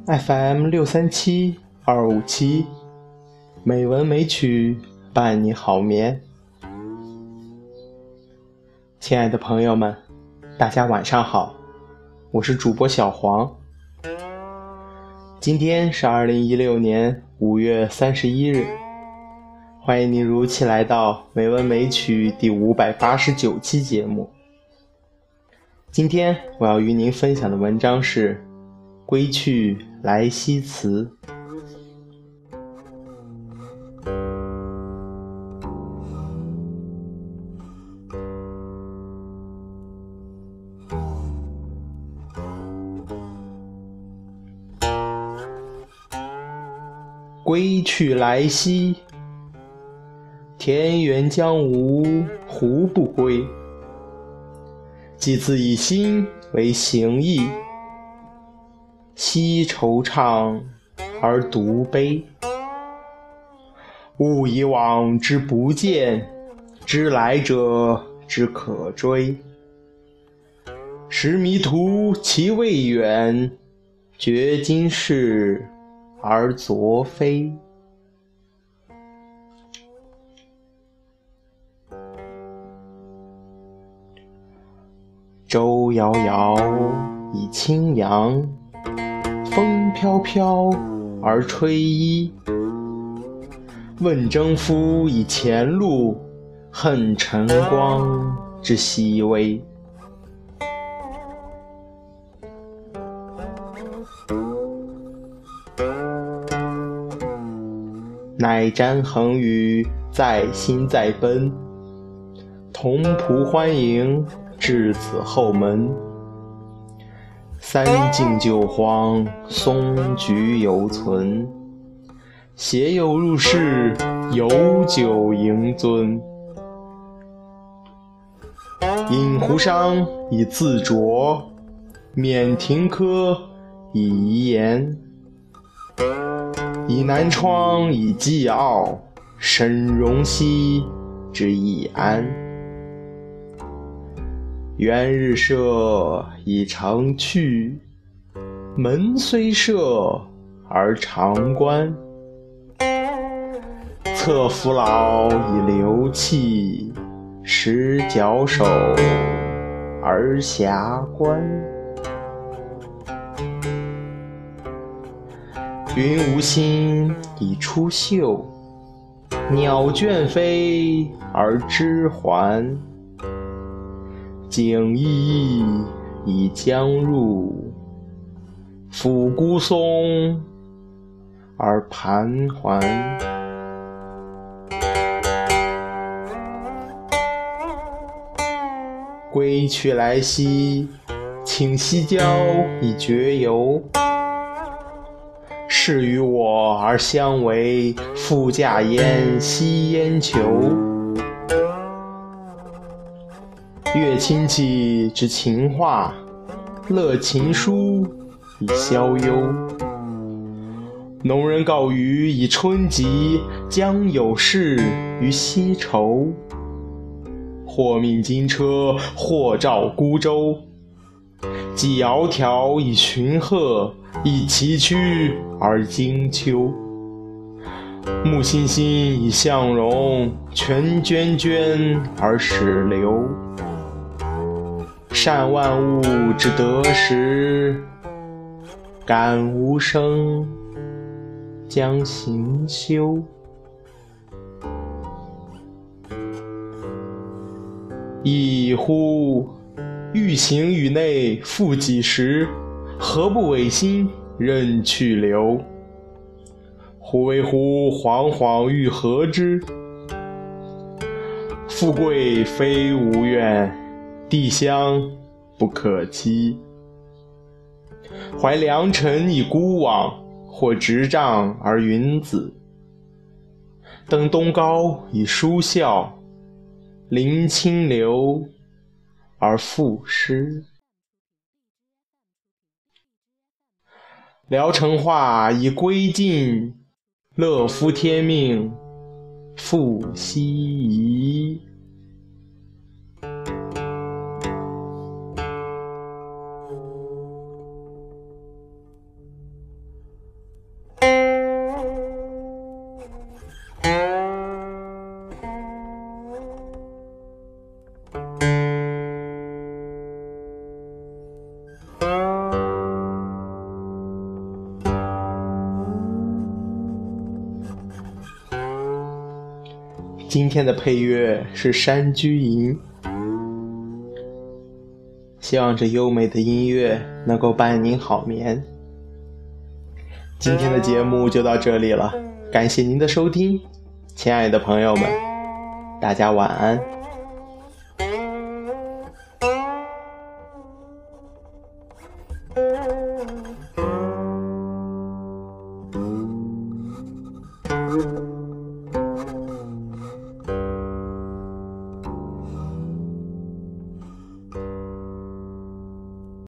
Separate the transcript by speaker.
Speaker 1: FM637-257，美文美曲伴你好眠。亲爱的朋友们，大家晚上好，我是主播小黄。今天是2016年5月31日，欢迎您如期来到美文美曲第589期节目。今天我要与您分享的文章是《归去来兮辞》。归去来兮，田园将芜胡不归？既自以心为形役，惜惆怅而独悲。吾以往之不见，知来者之可追。识迷途其未远，觉今是而昨非。舟遥遥以轻扬，风飘飘而吹衣。问征夫以前路，恨晨光之熹微。乃瞻衡宇在心在奔，同仆欢迎至此后门。三径旧荒，松菊犹存，携友入室，有酒盈樽。饮壶觞以自酌，免停柯以遗言。以南窗以寄傲，深容兮之易安。元日射以长去，门虽设而常关。侧扶老以流憩，时矫首而遐观。云无心以出岫，鸟倦飞而知还。景翳翳以将入，抚孤松而盘桓。归去来兮，请西郊以绝游。是与我而相违，复驾焉西烟裘。阅亲戚之情话，乐琴书以消忧。农人告余以春及，将有事于西畴。或命金车，或召孤舟。既窈窕以寻壑，亦崎岖而经丘。木欣欣以向荣，泉涓涓而始流。善万物之得时，感吾生将行休。噫乎！欲行于内，复几时？何不违心，任去留？忽为乎惶惶欲何之？富贵非吾愿，地乡不可期。怀良辰以孤往，或执杖而云子。登东皋以舒啸，临清流而赋诗。聊城话以归尽，乐夫天命复奚疑。 今天的配乐是山居吟，希望这优美的音乐能够伴您好眠。今天的节目就到这里了，感谢您的收听，亲爱的朋友们，大家晚安。